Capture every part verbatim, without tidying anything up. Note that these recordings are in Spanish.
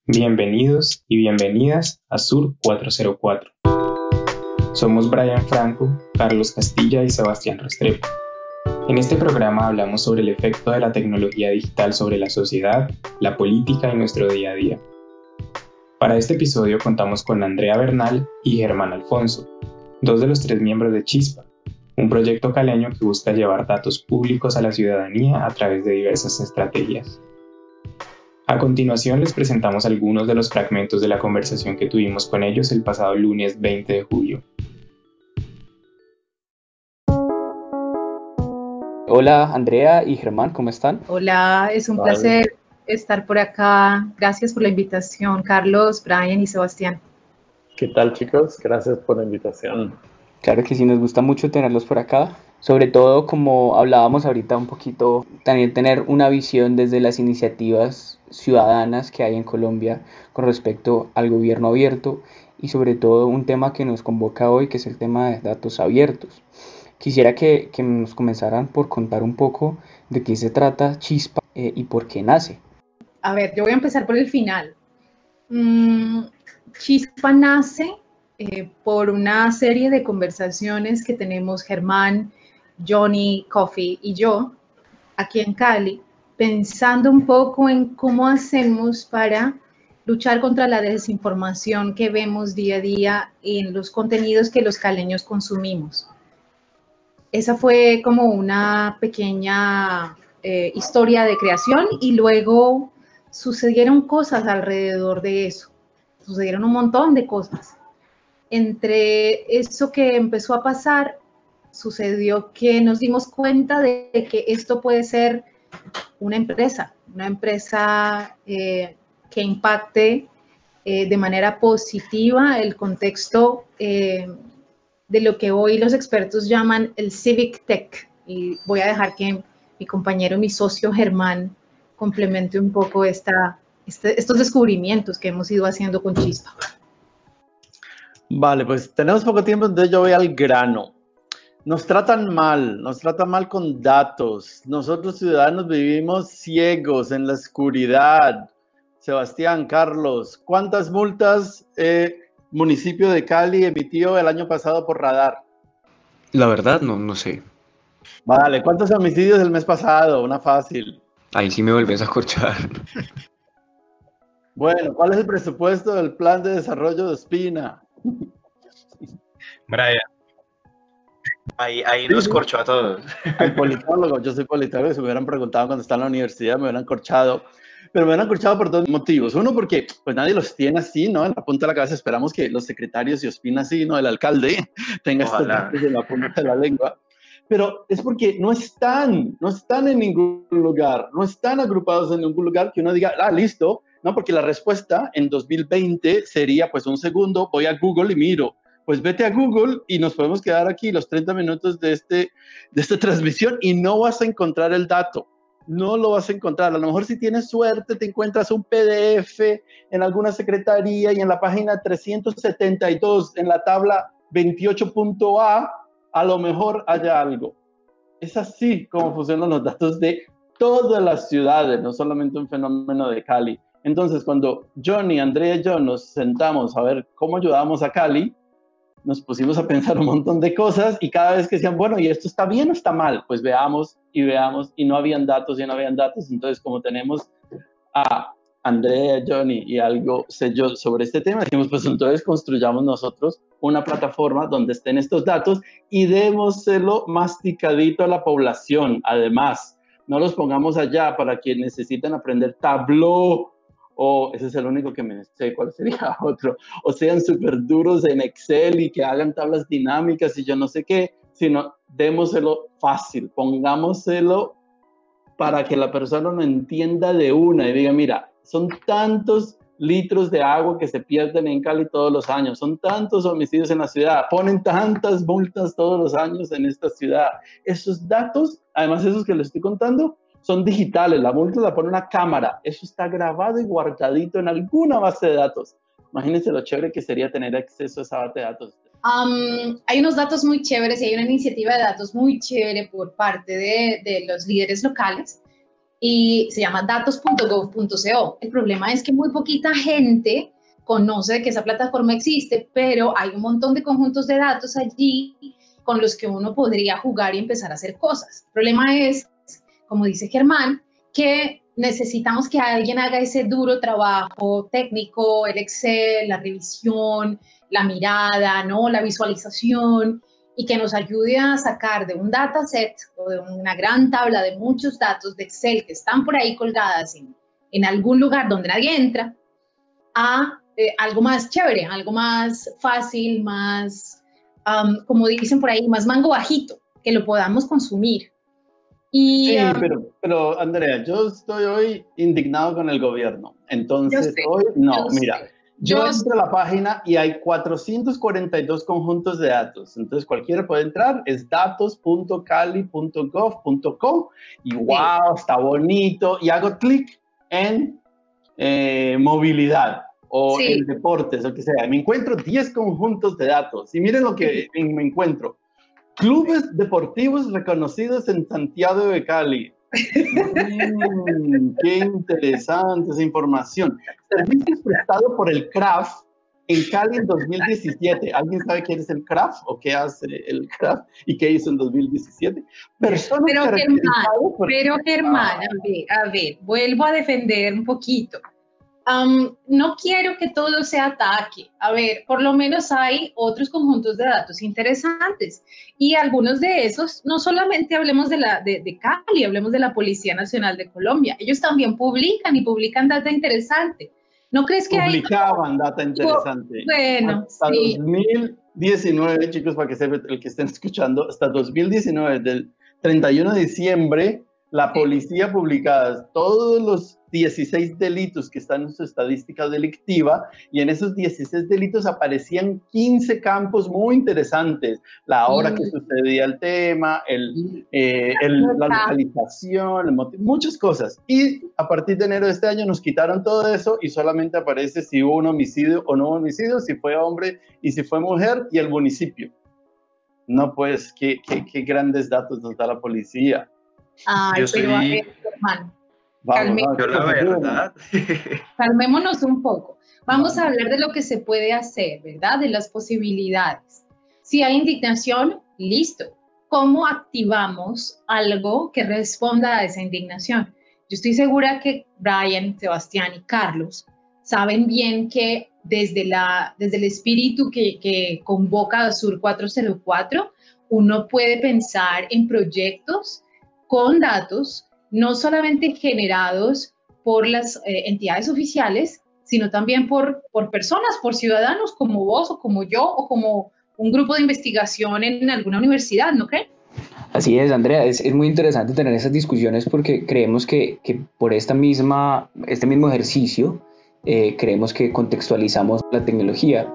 Bienvenidos y bienvenidas a Sur cuatrocientos cuatro. Somos Brian Franco, Carlos Castilla y Sebastián Restrepo. En este programa hablamos sobre el efecto de la tecnología digital sobre la sociedad, la política y nuestro día a día. Para este episodio contamos con Andrea Bernal y Germán Alfonso, dos de los tres miembros de Chispa, un proyecto caleño que busca llevar datos públicos a la ciudadanía a través de diversas estrategias. A continuación les presentamos algunos de los fragmentos de la conversación que tuvimos con ellos el pasado lunes veinte de julio. Hola Andrea y Germán, ¿cómo están? Hola, es un Vale. placer estar por acá. Gracias por la invitación, Carlos, Brian y Sebastián. ¿Qué tal, chicos? Gracias por la invitación. Claro que sí, nos gusta mucho tenerlos por acá. Sobre todo, como hablábamos ahorita un poquito, también tener una visión desde las iniciativas ciudadanas que hay en Colombia con respecto al gobierno abierto y sobre todo un tema que nos convoca hoy, que es el tema de datos abiertos. Quisiera que, que nos comenzaran por contar un poco de qué se trata Chispa eh, y por qué nace. A ver, yo voy a empezar por el final. Mm, Chispa nace eh, por una serie de conversaciones que tenemos Germán, Johnny, Coffee y yo aquí en Cali, pensando un poco en cómo hacemos para luchar contra la desinformación que vemos día a día en los contenidos que los caleños consumimos. Esa fue como una pequeña eh, historia de creación y luego sucedieron cosas alrededor de eso. Sucedieron un montón de cosas. Entre eso que empezó a pasar, sucedió que nos dimos cuenta de que esto puede ser una empresa, una empresa eh, que impacte eh, de manera positiva el contexto eh, de lo que hoy los expertos llaman el civic tech. Y voy a dejar que mi compañero, mi socio Germán, complemente un poco esta, este, estos descubrimientos que hemos ido haciendo con Chispa. Vale, pues tenemos poco tiempo, entonces yo voy al grano. Nos tratan mal, nos tratan mal con datos. Nosotros ciudadanos vivimos ciegos en la oscuridad. Sebastián, Carlos, ¿cuántas multas eh, municipio de Cali emitió el año pasado por radar? La verdad, no, no sé. Vale, ¿cuántos homicidios el mes pasado? Una fácil. Ahí sí me volvés a corchar. Bueno, ¿cuál es el presupuesto del plan de desarrollo de Ospina? Brian, ahí, ahí nos corchó a todos. Al politólogo, yo soy politólogo, si me hubieran preguntado cuando estaba en la universidad me hubieran corchado, pero me hubieran corchado por dos motivos. Uno, porque pues nadie los tiene así, ¿no? En la punta de la cabeza esperamos que los secretarios y Ospina sí, ¿no? El alcalde tenga estos datos en la punta de la lengua. Pero es porque no están, no están en ningún lugar, no están agrupados en ningún lugar que uno diga, ah, listo, ¿no? Porque la respuesta en dos mil veinte sería, pues un segundo, voy a Google y miro. Pues vete a Google y nos podemos quedar aquí los treinta minutos de, este, de esta transmisión y no vas a encontrar el dato. No lo vas a encontrar. A lo mejor si tienes suerte te encuentras un P D F en alguna secretaría y en la página trescientos setenta y dos, en la tabla veintiocho punto A, a lo mejor haya algo. Es así como funcionan los datos de todas las ciudades, no solamente un fenómeno de Cali. Entonces, cuando Johnny, Andrea y yo nos sentamos a ver cómo ayudamos a Cali, nos pusimos a pensar un montón de cosas y cada vez que decían, bueno, ¿y esto está bien o está mal? Pues veamos y veamos y no habían datos y no habían datos. Entonces, como tenemos a Andrea, Johnny y algo sé yo sobre este tema, dijimos, pues entonces construyamos nosotros una plataforma donde estén estos datos y démoselo masticadito a la población. Además, no los pongamos allá para quienes necesitan aprender Tableau, o ese es el único que me sé, ¿cuál sería otro? O sean súper duros en Excel y que hagan tablas dinámicas y yo no sé qué, sino démoselo fácil, pongámoselo para que la persona lo entienda de una y diga, mira, son tantos litros de agua que se pierden en Cali todos los años, son tantos homicidios en la ciudad, ponen tantas multas todos los años en esta ciudad. Esos datos, además esos que les estoy contando, son digitales, la multa la pone una cámara, eso está grabado y guardadito en alguna base de datos. Imagínense lo chévere que sería tener acceso a esa base de datos. Um, hay unos datos muy chéveres y hay una iniciativa de datos muy chévere por parte de, de los líderes locales y se llama datos punto gov punto co. El problema es que muy poquita gente conoce que esa plataforma existe, pero hay un montón de conjuntos de datos allí con los que uno podría jugar y empezar a hacer cosas. El problema es, como dice Germán, que necesitamos que alguien haga ese duro trabajo técnico, el Excel, la revisión, la mirada, ¿no? La visualización, y que nos ayude a sacar de un dataset o de una gran tabla de muchos datos de Excel que están por ahí colgadas en, en algún lugar donde nadie entra, a eh, algo más chévere, algo más fácil, más, um, como dicen por ahí, más mango bajito, que lo podamos consumir. Y, sí, um, pero, pero Andrea, yo estoy hoy indignado con el gobierno. Entonces, sé, hoy, no, yo mira, sé. yo, yo entro a la página y hay cuatrocientos cuarenta y dos conjuntos de datos. Entonces, cualquiera puede entrar, es datos punto cali punto gov punto co y wow, está bonito. Y hago clic en eh, movilidad o sí. en deportes, o que sea. Me encuentro diez conjuntos de datos y miren lo que Sí. me encuentro. Clubes deportivos reconocidos en Santiago de Cali. Mm, qué interesante esa información. Servicios prestados por el C R A F en Cali en dos mil diecisiete. ¿Alguien sabe quién es el C R A F o qué hace el C R A F y qué hizo en dos mil diecisiete? Personas Pero Germán, por... pero Germán, a ver, a ver, vuelvo a defender un poquito. Um, no quiero que todo sea ataque. A ver, por lo menos hay otros conjuntos de datos interesantes y algunos de esos, no solamente hablemos de, la, de, de Cali, hablemos de la Policía Nacional de Colombia. Ellos también publican y publican data interesante. ¿No crees que publicaban hay... data interesante? Bueno, hasta sí. dos mil diecinueve, chicos, para que sepan, el que estén escuchando, hasta dos mil diecinueve, del treinta y uno de diciembre, la policía publicaba todos los dieciséis delitos que están en su estadística delictiva y en esos dieciséis delitos aparecían quince campos muy interesantes. La hora mm. que sucedía el tema, el, eh, el, la localización, el motivo, muchas cosas. Y a partir de enero de este año nos quitaron todo eso y solamente aparece si hubo un homicidio o no homicidio, si fue hombre y si fue mujer y el municipio. No, pues, qué, qué, qué grandes datos nos da la policía. Ay, yo pero soy... a ver, hermano, Vamos, yo la verdad. calmémonos un poco. Vamos no. a hablar de lo que se puede hacer, ¿verdad? De las posibilidades. Si hay indignación, listo. ¿Cómo activamos algo que responda a esa indignación? Yo estoy segura que Brian, Sebastián y Carlos saben bien que desde, la, desde el espíritu que, que convoca a Sur cuatro cero cuatro, uno puede pensar en proyectos con datos, no solamente generados por las eh, entidades oficiales, sino también por, por personas, por ciudadanos como vos o como yo o como un grupo de investigación en alguna universidad, ¿no creen? Así es, Andrea, es, es muy interesante tener esas discusiones porque creemos que, que por esta misma, este mismo ejercicio eh, creemos que contextualizamos la tecnología.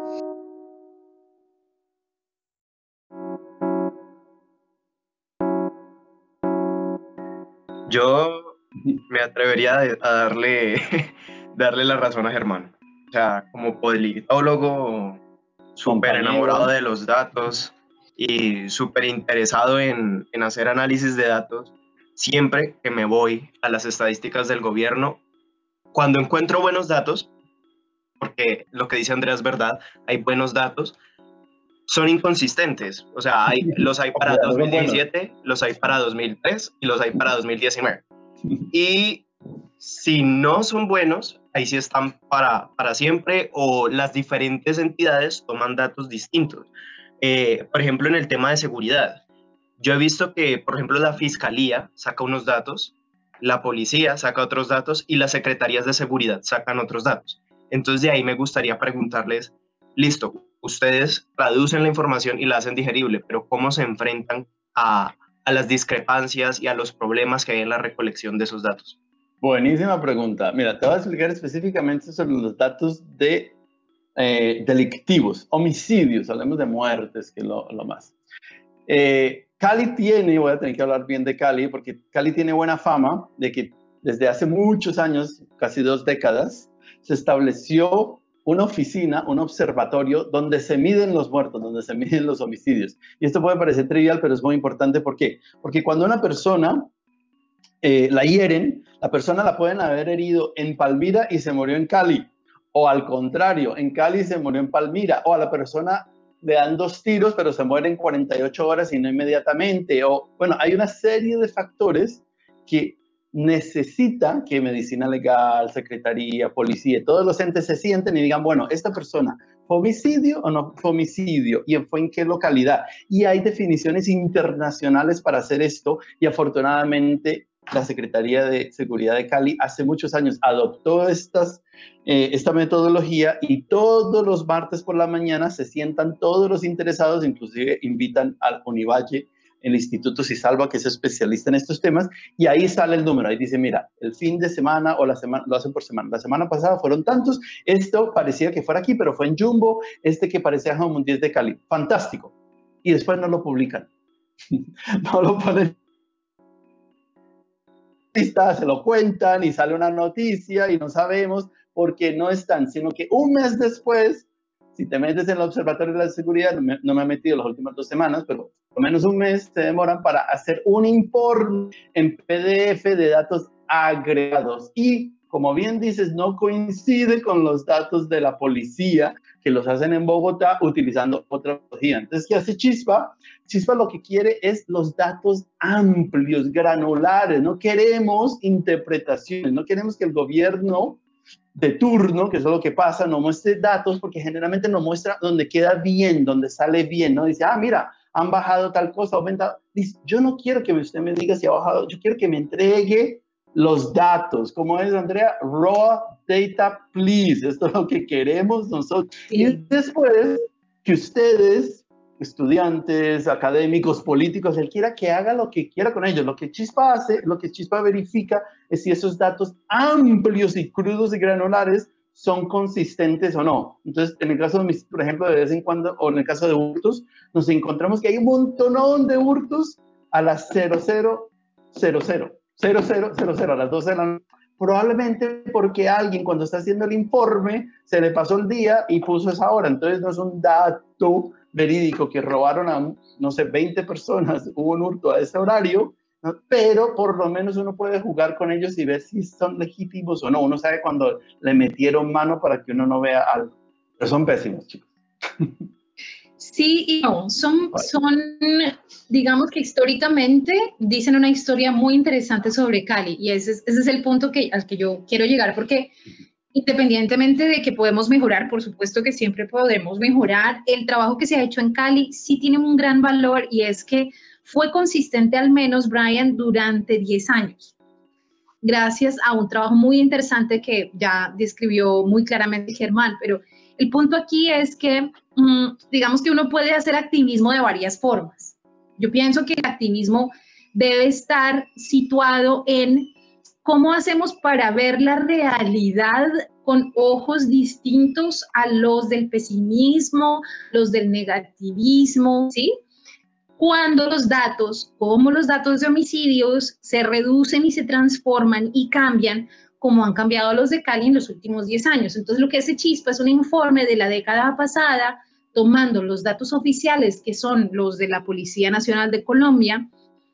Yo me atrevería a darle, darle la razón a Germán. O sea, como politólogo, súper enamorado de los datos y súper interesado en, en hacer análisis de datos, siempre que me voy a las estadísticas del gobierno, cuando encuentro buenos datos, porque lo que dice Andrea es verdad, hay buenos datos, son inconsistentes, o sea, hay, los hay para dos mil diecisiete, los hay para dos mil tres y los hay para dos mil diecinueve. Y si no son buenos, ahí sí están para, para siempre o las diferentes entidades toman datos distintos. Eh, por ejemplo, en el tema de seguridad, yo he visto que, por ejemplo, la Fiscalía saca unos datos, la Policía saca otros datos y las Secretarías de Seguridad sacan otros datos. Entonces, de ahí me gustaría preguntarles, listo, ustedes traducen la información y la hacen digerible, pero ¿cómo se enfrentan a, a las discrepancias y a los problemas que hay en la recolección de esos datos? Buenísima pregunta. Mira, te voy a explicar específicamente sobre los datos de, eh, delictivos, homicidios, hablemos de muertes, que es lo, lo más. Eh, Cali tiene, voy a tener que hablar bien de Cali, porque Cali tiene buena fama de que desde hace muchos años, casi dos décadas, se estableció una oficina, un observatorio donde se miden los muertos, donde se miden los homicidios. Y esto puede parecer trivial, pero es muy importante. ¿Por qué? Porque cuando una persona eh, la hieren, la persona la pueden haber herido en Palmira y se murió en Cali, o al contrario, en Cali se murió en Palmira, o a la persona le dan dos tiros pero se muere en cuarenta y ocho horas y no inmediatamente, o bueno, hay una serie de factores que necesitan que medicina legal, secretaría, policía, todos los entes se sienten y digan, bueno, esta persona, ¿fue homicidio o no fue homicidio? ¿Y fue en qué localidad? Y hay definiciones internacionales para hacer esto y afortunadamente la Secretaría de Seguridad de Cali hace muchos años adoptó estas, eh, esta metodología y todos los martes por la mañana se sientan todos los interesados, inclusive invitan al Univalle, el Instituto Cisalva, que es especialista en estos temas, y ahí sale el número, ahí dice, mira, el fin de semana o la semana, lo hacen por semana, la semana pasada fueron tantos, esto parecía que fuera aquí, pero fue en Jumbo, este que parecía Jamón diez de Cali, fantástico, y después no lo publican, no lo ponen, se lo cuentan y sale una noticia y no sabemos por qué no están, sino que un mes después, si te metes en el Observatorio de la Seguridad, no me, no me he metido las últimas dos semanas, pero por lo menos un mes se demoran para hacer un informe en P D F de datos agregados. Y, como bien dices, no coincide con los datos de la policía que los hacen en Bogotá utilizando otra metodología. Entonces, ¿qué hace Chispa? Chispa lo que quiere es los datos amplios, granulares. No queremos interpretaciones, no queremos que el gobierno de turno, que es lo que pasa, no muestre datos porque generalmente no muestra donde queda bien, donde sale bien, ¿no? Dice, ah, mira, han bajado tal cosa, aumentado. Dice, yo no quiero que usted me diga si ha bajado, yo quiero que me entregue los datos. ¿Cómo es, Andrea? Raw data, please. Esto es lo que queremos nosotros. Y después que ustedes, estudiantes, académicos, políticos, él quiera que haga lo que quiera con ellos. Lo que Chispa hace, lo que Chispa verifica es si esos datos amplios y crudos y granulares son consistentes o no. Entonces, en el caso de mis, por ejemplo, de vez en cuando, o en el caso de hurtos, nos encontramos que hay un montonón de hurtos a las cero cero cero cero, cero cero cero cero, a las doce de la noche. Probablemente porque alguien cuando está haciendo el informe se le pasó el día y puso esa hora. Entonces no es un dato verídico que robaron a, no sé, veinte personas, hubo un hurto a ese horario, ¿no? Pero por lo menos uno puede jugar con ellos y ver si son legítimos o no. Uno sabe cuando le metieron mano para que uno no vea algo. Pero son pésimos, chicos. Sí y no, son, son, digamos que históricamente dicen una historia muy interesante sobre Cali y ese es, ese es el punto que, al que yo quiero llegar porque independientemente de que podemos mejorar, por supuesto que siempre podemos mejorar, el trabajo que se ha hecho en Cali sí tiene un gran valor y es que fue consistente al menos, Brian, durante diez años. Gracias a un trabajo muy interesante que ya describió muy claramente Germán, pero el punto aquí es que, mmm, digamos que uno puede hacer activismo de varias formas. Yo pienso que el activismo debe estar situado en cómo hacemos para ver la realidad con ojos distintos a los del pesimismo, los del negativismo, ¿sí? Cuando los datos, como los datos de homicidios, se reducen y se transforman y cambian como han cambiado los de Cali en los últimos diez años. Entonces, lo que hace Chispa es un informe de la década pasada, tomando los datos oficiales, que son los de la Policía Nacional de Colombia,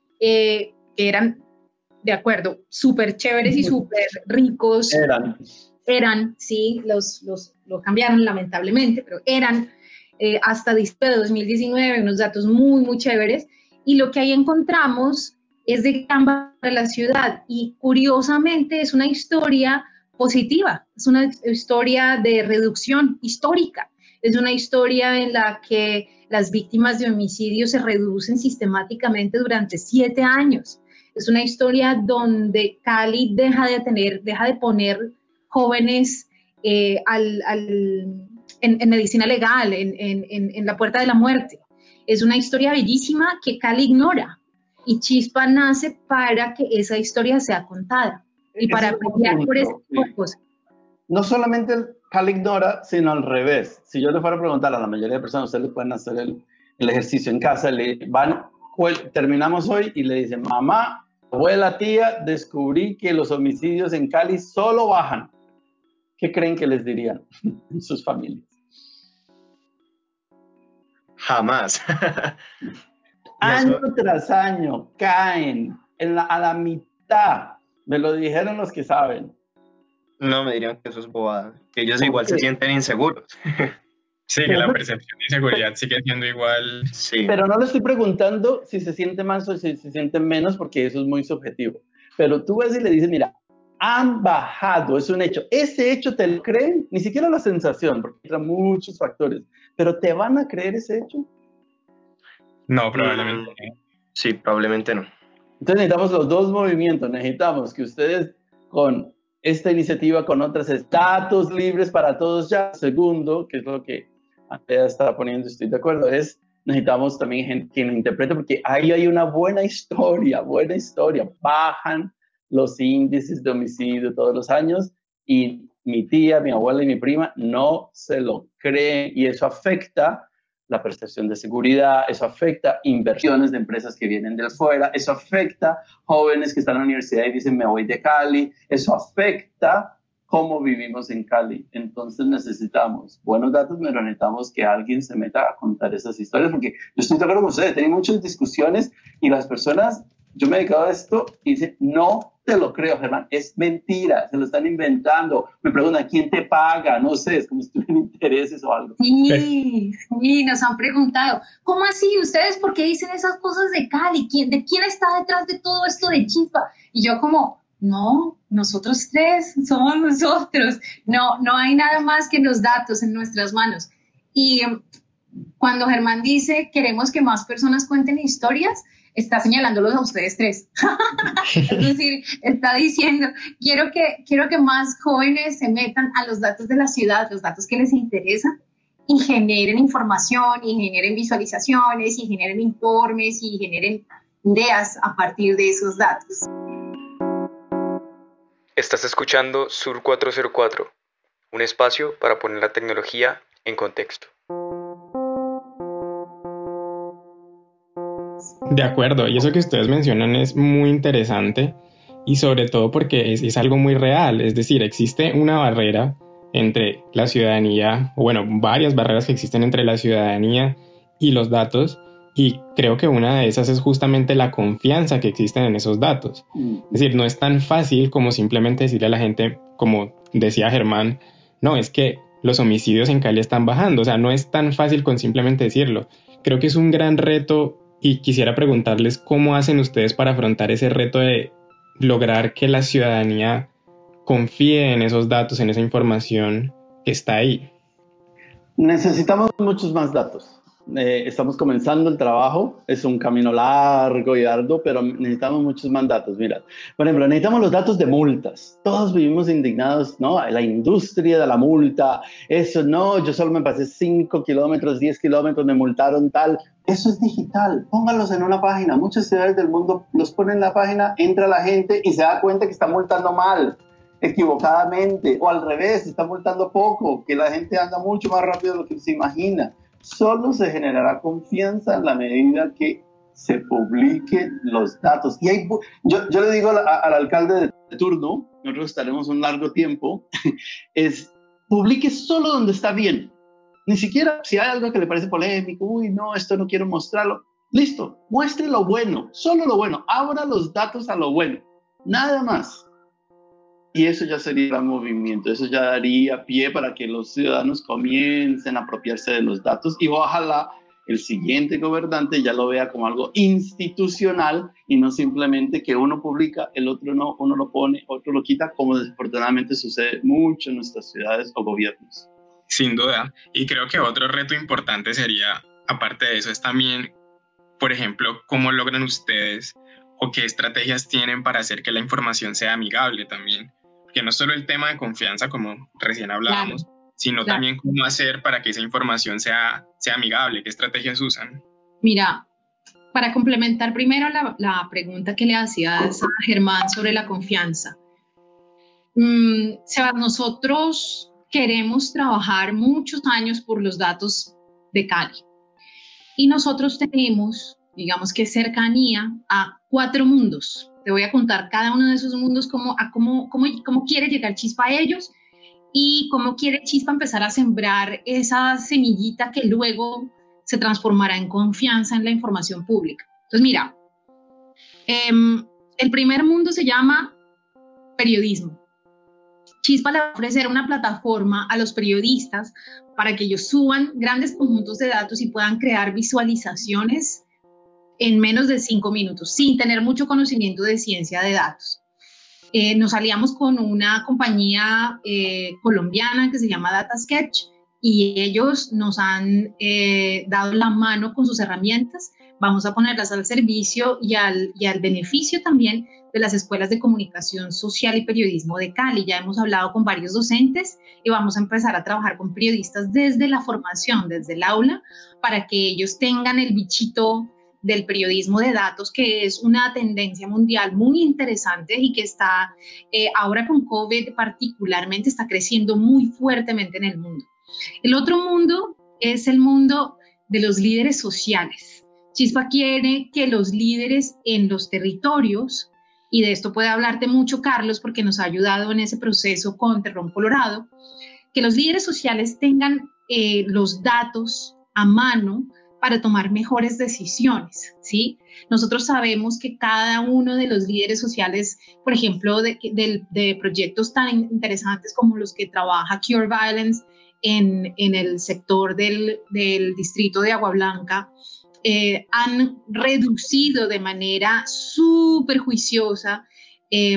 eh, que eran, de acuerdo, súper chéveres y súper ricos. Eran. Eran, sí, los, los, lo cambiaron lamentablemente, pero eran eh, hasta diciembre de dos mil diecinueve unos datos muy, muy chéveres. Y lo que ahí encontramos es de cambio para la ciudad y curiosamente es una historia positiva, es una historia de reducción histórica, es una historia en la que las víctimas de homicidio se reducen sistemáticamente durante siete años. Es una historia donde Cali deja de tener, deja de poner jóvenes eh, al, al, en, en medicina legal, en, en, en la puerta de la muerte. Es una historia bellísima que Cali ignora. Y Chispa nace para que esa historia sea contada y Ese para es un pelear punto, por ese sí. tipo de cosas. No solamente el Cali ignora, sino al revés. Si yo le fuera a preguntar a la mayoría de personas, ustedes pueden hacer el, el ejercicio en casa, le van, terminamos hoy y le dicen, mamá, abuela, tía, descubrí que los homicidios en Cali solo bajan. ¿Qué creen que les dirían sus familias? Jamás. Año tras año caen en la, a la mitad afecta? Me lo dijeron los que saben. No, me dirían que eso es bobada, que ellos igual se sienten inseguros. Sí, que la percepción de inseguridad sigue siendo igual. Sí. Pero no le estoy preguntando si se siente más o si se siente menos, porque eso es muy subjetivo. Pero tú ves y le dices, mira, han bajado, es un hecho. Ese hecho te lo creen, ni siquiera la sensación, porque hay muchos factores, pero ¿te van a creer ese hecho? No, probablemente no. Sí, probablemente no. Entonces necesitamos los dos movimientos, necesitamos que ustedes con esta iniciativa, con otras, datos libres para todos ya. Segundo, que es lo que Andrea está poniendo, estoy de acuerdo, es necesitamos también gente que nos interprete, porque ahí hay una buena historia, buena historia. Bajan los índices de homicidio todos los años y mi tía, mi abuela y mi prima no se lo creen, y eso afecta la percepción de seguridad, eso afecta inversiones de empresas que vienen de afuera, eso afecta jóvenes que están en la universidad y dicen me voy de Cali, eso afecta cómo vivimos en Cali. Entonces necesitamos buenos datos, pero necesitamos que alguien se meta a contar esas historias, porque yo estoy de acuerdo con ustedes, tengo muchas discusiones y las personas, yo me he dedicado a esto y dicen, no te lo creo, Germán, es mentira, se lo están inventando. Me preguntan, ¿quién te paga? No sé, es como si tuvieran intereses o algo. Sí, sí, nos han preguntado, ¿cómo así? ¿Ustedes por qué dicen esas cosas de Cali? ¿Quién, ¿De quién está detrás de todo esto de Chispa? Y yo como, no, nosotros tres, somos nosotros. No, no hay nada más que los datos en nuestras manos. Y cuando Germán dice, queremos que más personas cuenten historias, está señalándolos a ustedes tres. Es decir, está diciendo, quiero que, quiero que más jóvenes se metan a los datos de la ciudad, los datos que les interesan, y generen información, y generen visualizaciones, y generen informes, y generen ideas a partir de esos datos. Estás escuchando Sur cuatrocientos cuatro, un espacio para poner la tecnología en contexto. De acuerdo, y eso que ustedes mencionan es muy interesante, y sobre todo porque es, es algo muy real, es decir, existe una barrera entre la ciudadanía, o bueno, varias barreras que existen entre la ciudadanía y los datos, y creo que una de esas es justamente la confianza que existe en esos datos. Es decir, no es tan fácil como simplemente decirle a la gente, como decía Germán, no, es que los homicidios en Cali están bajando, o sea, no es tan fácil con simplemente decirlo. Creo que es un gran reto. Y quisiera preguntarles cómo hacen ustedes para afrontar ese reto de lograr que la ciudadanía confíe en esos datos, en esa información que está ahí. Necesitamos muchos más datos. Eh, estamos comenzando el trabajo, es un camino largo y arduo, pero necesitamos muchos más datos. Mira, por ejemplo, necesitamos los datos de multas. Todos vivimos indignados, ¿no? La industria de la multa, eso no, yo solo me pasé cinco kilómetros, diez kilómetros, me multaron tal. Eso es digital, pónganlos en una página. Muchas ciudades del mundo los ponen en la página, entra la gente y se da cuenta que está multando mal, equivocadamente, o al revés, está multando poco, que la gente anda mucho más rápido de lo que se imagina. Solo se generará confianza en la medida que se publiquen los datos. Y hay, yo, yo le digo al, al alcalde de turno, nosotros estaremos un largo tiempo, es publique solo donde está bien. Ni siquiera si hay algo que le parece polémico, uy, no, esto no quiero mostrarlo. Listo, muestre lo bueno, solo lo bueno, abra los datos a lo bueno, nada más. Y eso ya sería el movimiento, eso ya daría pie para que los ciudadanos comiencen a apropiarse de los datos, y ojalá el siguiente gobernante ya lo vea como algo institucional y no simplemente que uno publica, el otro no, uno lo pone, otro lo quita, como desafortunadamente sucede mucho en nuestras ciudades o gobiernos. Sin duda, y creo que otro reto importante sería, aparte de eso, es también, por ejemplo, cómo logran ustedes o qué estrategias tienen para hacer que la información sea amigable también. Porque no solo el tema de confianza, como recién hablábamos, claro, sino claro. también cómo hacer para que esa información sea, sea amigable, qué estrategias usan. Mira, para complementar primero la, la pregunta que le hacías a Germán sobre la confianza. Mm, Sebas, nosotros queremos trabajar muchos años por los datos de Cali. Y nosotros tenemos, digamos que cercanía a cuatro mundos. Te voy a contar cada uno de esos mundos, cómo, a cómo, cómo, cómo quiere llegar Chispa a ellos y cómo quiere Chispa empezar a sembrar esa semillita que luego se transformará en confianza en la información pública. Entonces, mira, eh, El primer mundo se llama periodismo. Chispa le va a ofrecer una plataforma a los periodistas para que ellos suban grandes conjuntos de datos y puedan crear visualizaciones en menos de cinco minutos, sin tener mucho conocimiento de ciencia de datos. Eh, nos aliamos con una compañía eh, colombiana que se llama DataSketch y ellos nos han eh, dado la mano con sus herramientas. Vamos a ponerlas al servicio y al, y al beneficio también de las escuelas de comunicación social y periodismo de Cali. Ya hemos hablado con varios docentes y vamos a empezar a trabajar con periodistas desde la formación, desde el aula, para que ellos tengan el bichito del periodismo de datos, que es una tendencia mundial muy interesante y que está, eh, ahora con COVID particularmente, está creciendo muy fuertemente en el mundo. El otro mundo es el mundo de los líderes sociales. Chispa quiere que los líderes en los territorios, y de esto puede hablarte mucho Carlos porque nos ha ayudado en ese proceso con Terrón Colorado, que los líderes sociales tengan eh, los datos a mano para tomar mejores decisiones, ¿sí? Nosotros sabemos que cada uno de los líderes sociales, por ejemplo, de, de, de proyectos tan interesantes como los que trabaja Cure Violence en, en el sector del, del distrito de Agua Blanca, eh, han reducido de manera súper juiciosa eh,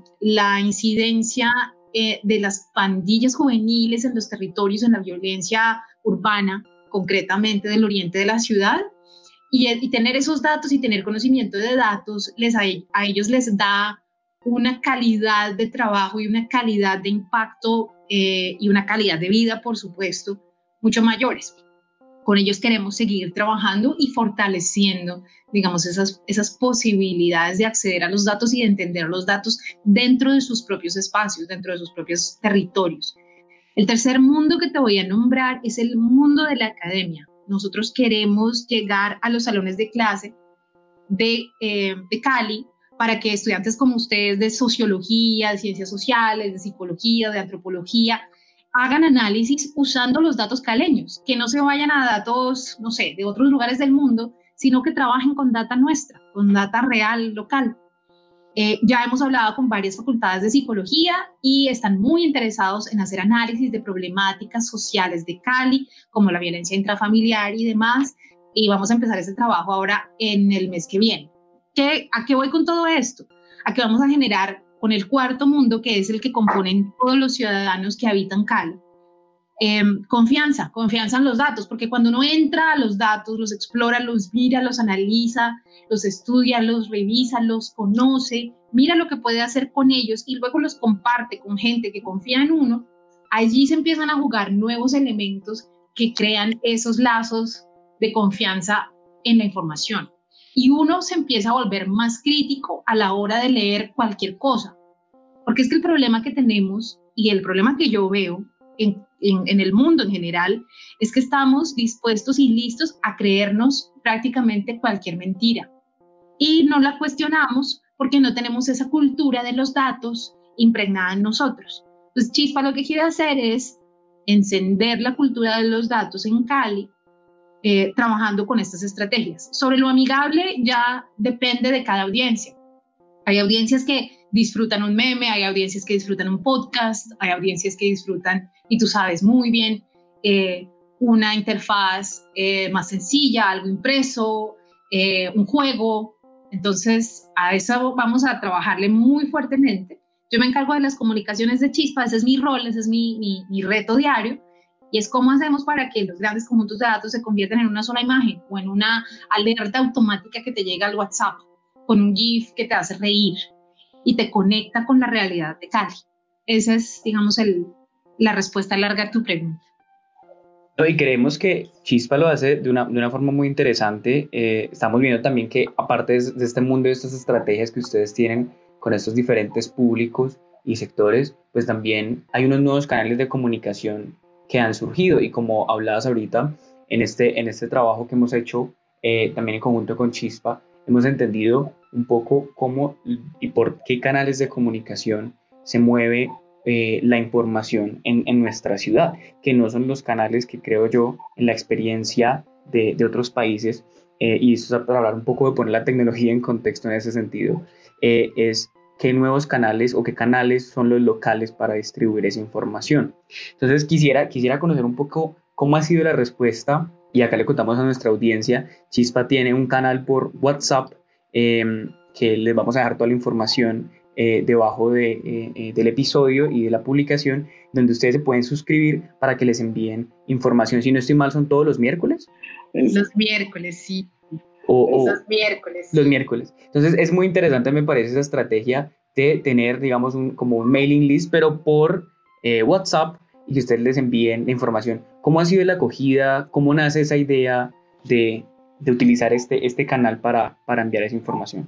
la incidencia eh, de las pandillas juveniles en los territorios, en la violencia urbana, concretamente del oriente de la ciudad, y, y tener esos datos y tener conocimiento de datos les, a, a ellos les da una calidad de trabajo y una calidad de impacto eh, y una calidad de vida, por supuesto, mucho mayores. Con ellos queremos seguir trabajando y fortaleciendo, digamos, esas, esas posibilidades de acceder a los datos y de entender los datos dentro de sus propios espacios, dentro de sus propios territorios. El tercer mundo que te voy a nombrar es el mundo de la academia. Nosotros queremos llegar a los salones de clase de, eh, de Cali para que estudiantes como ustedes de sociología, de ciencias sociales, de psicología, de antropología, hagan análisis usando los datos caleños, que no se vayan a datos, no sé, de otros lugares del mundo, sino que trabajen con data nuestra, con data real, local. Eh, ya hemos hablado con varias facultades de psicología y están muy interesados en hacer análisis de problemáticas sociales de Cali, como la violencia intrafamiliar y demás, y vamos a empezar ese trabajo ahora en el mes que viene. ¿Qué, ¿A qué voy con todo esto? A que vamos a generar con el cuarto mundo, que es el que componen todos los ciudadanos que habitan Cali, eh, confianza, confianza en los datos, porque cuando uno entra a los datos, los explora, los mira, los analiza, los estudia, los revisa, los conoce, mira lo que puede hacer con ellos y luego los comparte con gente que confía en uno, allí se empiezan a jugar nuevos elementos que crean esos lazos de confianza en la información. Y uno se empieza a volver más crítico a la hora de leer cualquier cosa. Porque es que el problema que tenemos y el problema que yo veo en, en, en el mundo en general es que estamos dispuestos y listos a creernos prácticamente cualquier mentira. Y no la cuestionamos porque no tenemos esa cultura de los datos impregnada en nosotros. Entonces Chispa lo que quiere hacer es encender la cultura de los datos en Cali, Eh, trabajando con estas estrategias. Sobre lo amigable ya depende de cada audiencia. Hay audiencias que disfrutan un meme, hay audiencias que disfrutan un podcast, hay audiencias que disfrutan, y tú sabes muy bien, eh, una interfaz eh, más sencilla, algo impreso, eh, un juego. Entonces a eso vamos a trabajarle muy fuertemente. Yo me encargo de las comunicaciones de Chispa, ese es mi rol, ese es mi, mi, mi reto diario. Y es cómo hacemos para que los grandes conjuntos de datos se conviertan en una sola imagen o en una alerta automática que te llega al WhatsApp con un GIF que te hace reír y te conecta con la realidad de Cali. Esa es, digamos, el, la respuesta larga a tu pregunta. Y creemos que Chispa lo hace de una, de una forma muy interesante. Eh, estamos viendo también que aparte de, de este mundo, de estas estrategias que ustedes tienen con estos diferentes públicos y sectores, pues también hay unos nuevos canales de comunicación que han surgido, y como hablabas ahorita en este, en este trabajo que hemos hecho eh, también en conjunto con Chispa, hemos entendido un poco cómo y por qué canales de comunicación se mueve eh, la información en, en nuestra ciudad, que no son los canales que creo yo en la experiencia de, de otros países, eh, y eso es para hablar un poco de poner la tecnología en contexto en ese sentido. eh, es qué nuevos canales o qué canales son los locales para distribuir esa información. Entonces quisiera, quisiera conocer un poco cómo ha sido la respuesta, y acá le contamos a nuestra audiencia. Chispa tiene un canal por WhatsApp eh, que les vamos a dejar toda la información eh, debajo de, eh, del episodio y de la publicación, donde ustedes se pueden suscribir para que les envíen información. Si no estoy mal, son todos los miércoles. Los miércoles, sí. O, o los miércoles. Los miércoles. Entonces es muy interesante, me parece, esa estrategia de tener, digamos, un, como un mailing list, pero por eh, WhatsApp, y que ustedes les envíen la información. ¿Cómo ha sido la acogida? ¿Cómo nace esa idea de, de utilizar este, este canal para, para enviar esa información?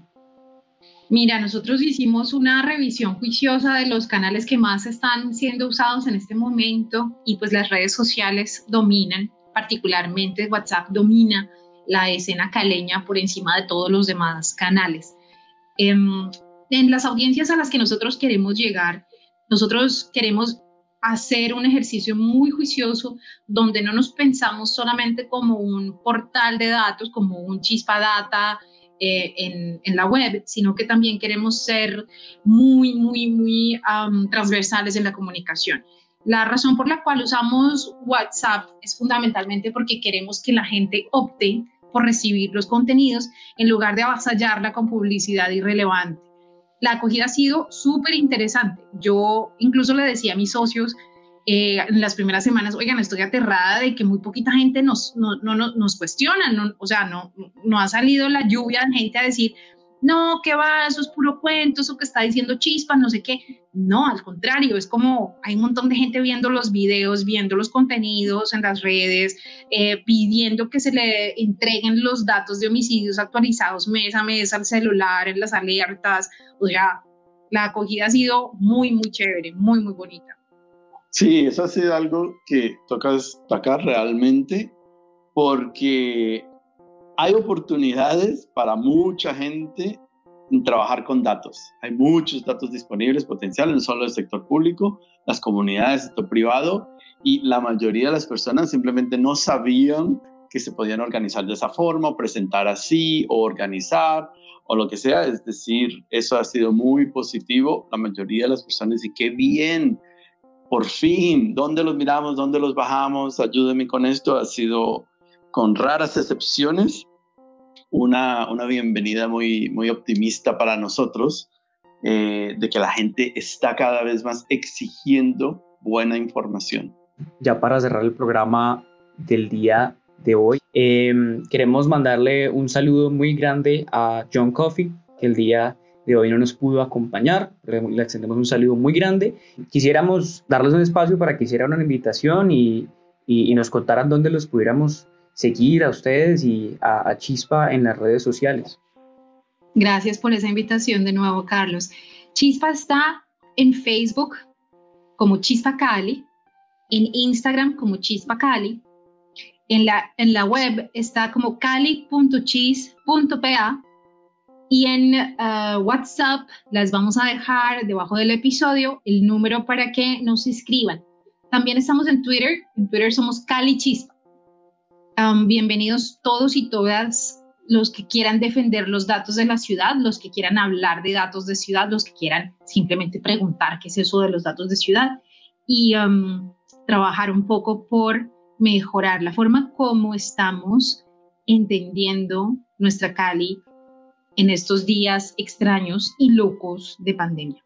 Mira, nosotros hicimos una revisión juiciosa de los canales que más están siendo usados en este momento, y pues las redes sociales dominan, particularmente WhatsApp domina la escena caleña por encima de todos los demás canales. Eh, en las audiencias a las que nosotros queremos llegar, nosotros queremos hacer un ejercicio muy juicioso donde no nos pensamos solamente como un portal de datos, como un Chispa Data eh, en, en la web, sino que también queremos ser muy, muy, muy um, transversales en la comunicación. La razón por la cual usamos WhatsApp es fundamentalmente porque queremos que la gente opte por recibir los contenidos en lugar de avasallarla con publicidad irrelevante. La acogida ha sido súper interesante. Yo incluso le decía a mis socios eh, en las primeras semanas, oigan, estoy aterrada de que muy poquita gente nos, no, no, no, nos cuestiona, no, o sea, no, no ha salido la lluvia de gente a decir, no, ¿qué va? Eso es puro cuento, eso que está diciendo Chispa, no sé qué. No, al contrario, es como hay un montón de gente viendo los videos, viendo los contenidos en las redes, eh, pidiendo que se le entreguen los datos de homicidios actualizados mes a mes al celular, en las alertas. O sea, la acogida ha sido muy, muy chévere, muy, muy bonita. Sí, eso ha sido algo que toca destacar realmente, porque hay oportunidades para mucha gente en trabajar con datos. Hay muchos datos disponibles, potenciales, no solo del sector público, las comunidades, el sector privado, y la mayoría de las personas simplemente no sabían que se podían organizar de esa forma, o presentar así, o organizar, o lo que sea. Es decir, eso ha sido muy positivo. La mayoría de las personas dice, qué bien, por fin, ¿dónde los miramos? ¿Dónde los bajamos? Ayúdenme con esto. Ha sido, con raras excepciones, una, una bienvenida muy, muy optimista para nosotros, eh, de que la gente está cada vez más exigiendo buena información. Ya para cerrar el programa del día de hoy, eh, queremos mandarle un saludo muy grande a John Coffey, que el día de hoy no nos pudo acompañar. Le extendemos un saludo muy grande. Quisiéramos darles un espacio para que hicieran una invitación y, y, y nos contaran dónde los pudiéramos seguir a ustedes y a, a Chispa en las redes sociales. Gracias por esa invitación de nuevo, Carlos. Chispa está en Facebook como Chispa Cali, en Instagram como Chispa Cali, en la, en la web está como cali punto chis punto p a, y en uh, WhatsApp les vamos a dejar debajo del episodio el número para que nos escriban. También estamos en Twitter, en Twitter somos Cali Chispa. Um, bienvenidos todos y todas los que quieran defender los datos de la ciudad, los que quieran hablar de datos de ciudad, los que quieran simplemente preguntar qué es eso de los datos de ciudad y um, trabajar un poco por mejorar la forma como estamos entendiendo nuestra Cali en estos días extraños y locos de pandemia.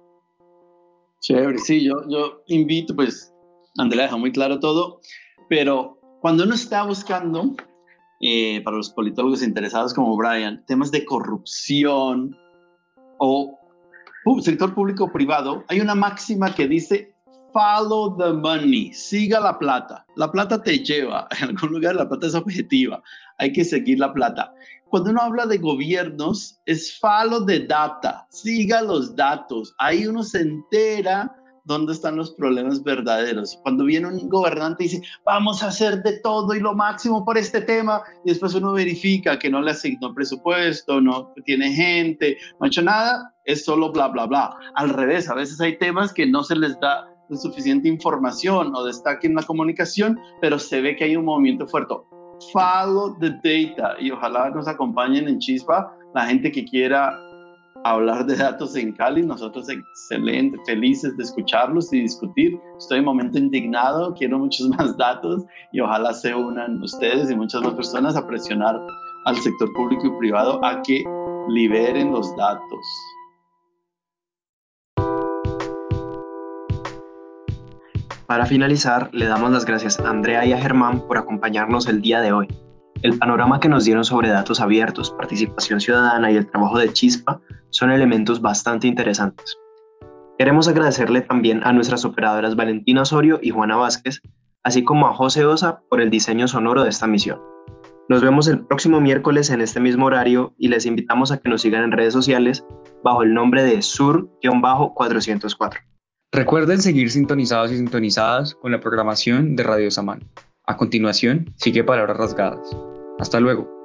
Chévere, sí, yo, yo invito, pues, Andrea deja muy claro todo, pero cuando uno está buscando, eh, para los politólogos interesados como Brian, temas de corrupción o uh, sector público-privado, hay una máxima que dice follow the money, siga la plata. La plata te lleva, en algún lugar la plata es objetiva, hay que seguir la plata. Cuando uno habla de gobiernos, es follow the data, siga los datos. Ahí uno se entera dónde están los problemas verdaderos. Cuando viene un gobernante y dice, vamos a hacer de todo y lo máximo por este tema, y después uno verifica que no le asignó presupuesto, no tiene gente, no ha hecho nada, es solo bla, bla, bla. Al revés, a veces hay temas que no se les da suficiente información o destaque en la comunicación, pero se ve que hay un movimiento fuerte. Follow the data, y ojalá nos acompañen en Chispa la gente que quiera hablar de datos en Cali. Nosotros excelentes, felices de escucharlos y discutir. Estoy un momento indignado, quiero muchos más datos y ojalá se unan ustedes y muchas más personas a presionar al sector público y privado a que liberen los datos. Para finalizar, le damos las gracias a Andrea y a Germán por acompañarnos el día de hoy. El panorama que nos dieron sobre datos abiertos, participación ciudadana y el trabajo de Chispa son elementos bastante interesantes. Queremos agradecerle también a nuestras operadoras Valentina Osorio y Juana Vázquez, así como a José Osa por el diseño sonoro de esta misión. Nos vemos el próximo miércoles en este mismo horario y les invitamos a que nos sigan en redes sociales bajo el nombre de sur cuatrocientos cuatro. Recuerden seguir sintonizados y sintonizadas con la programación de Radio Samán. A continuación, sigue Palabras Rasgadas. Hasta luego.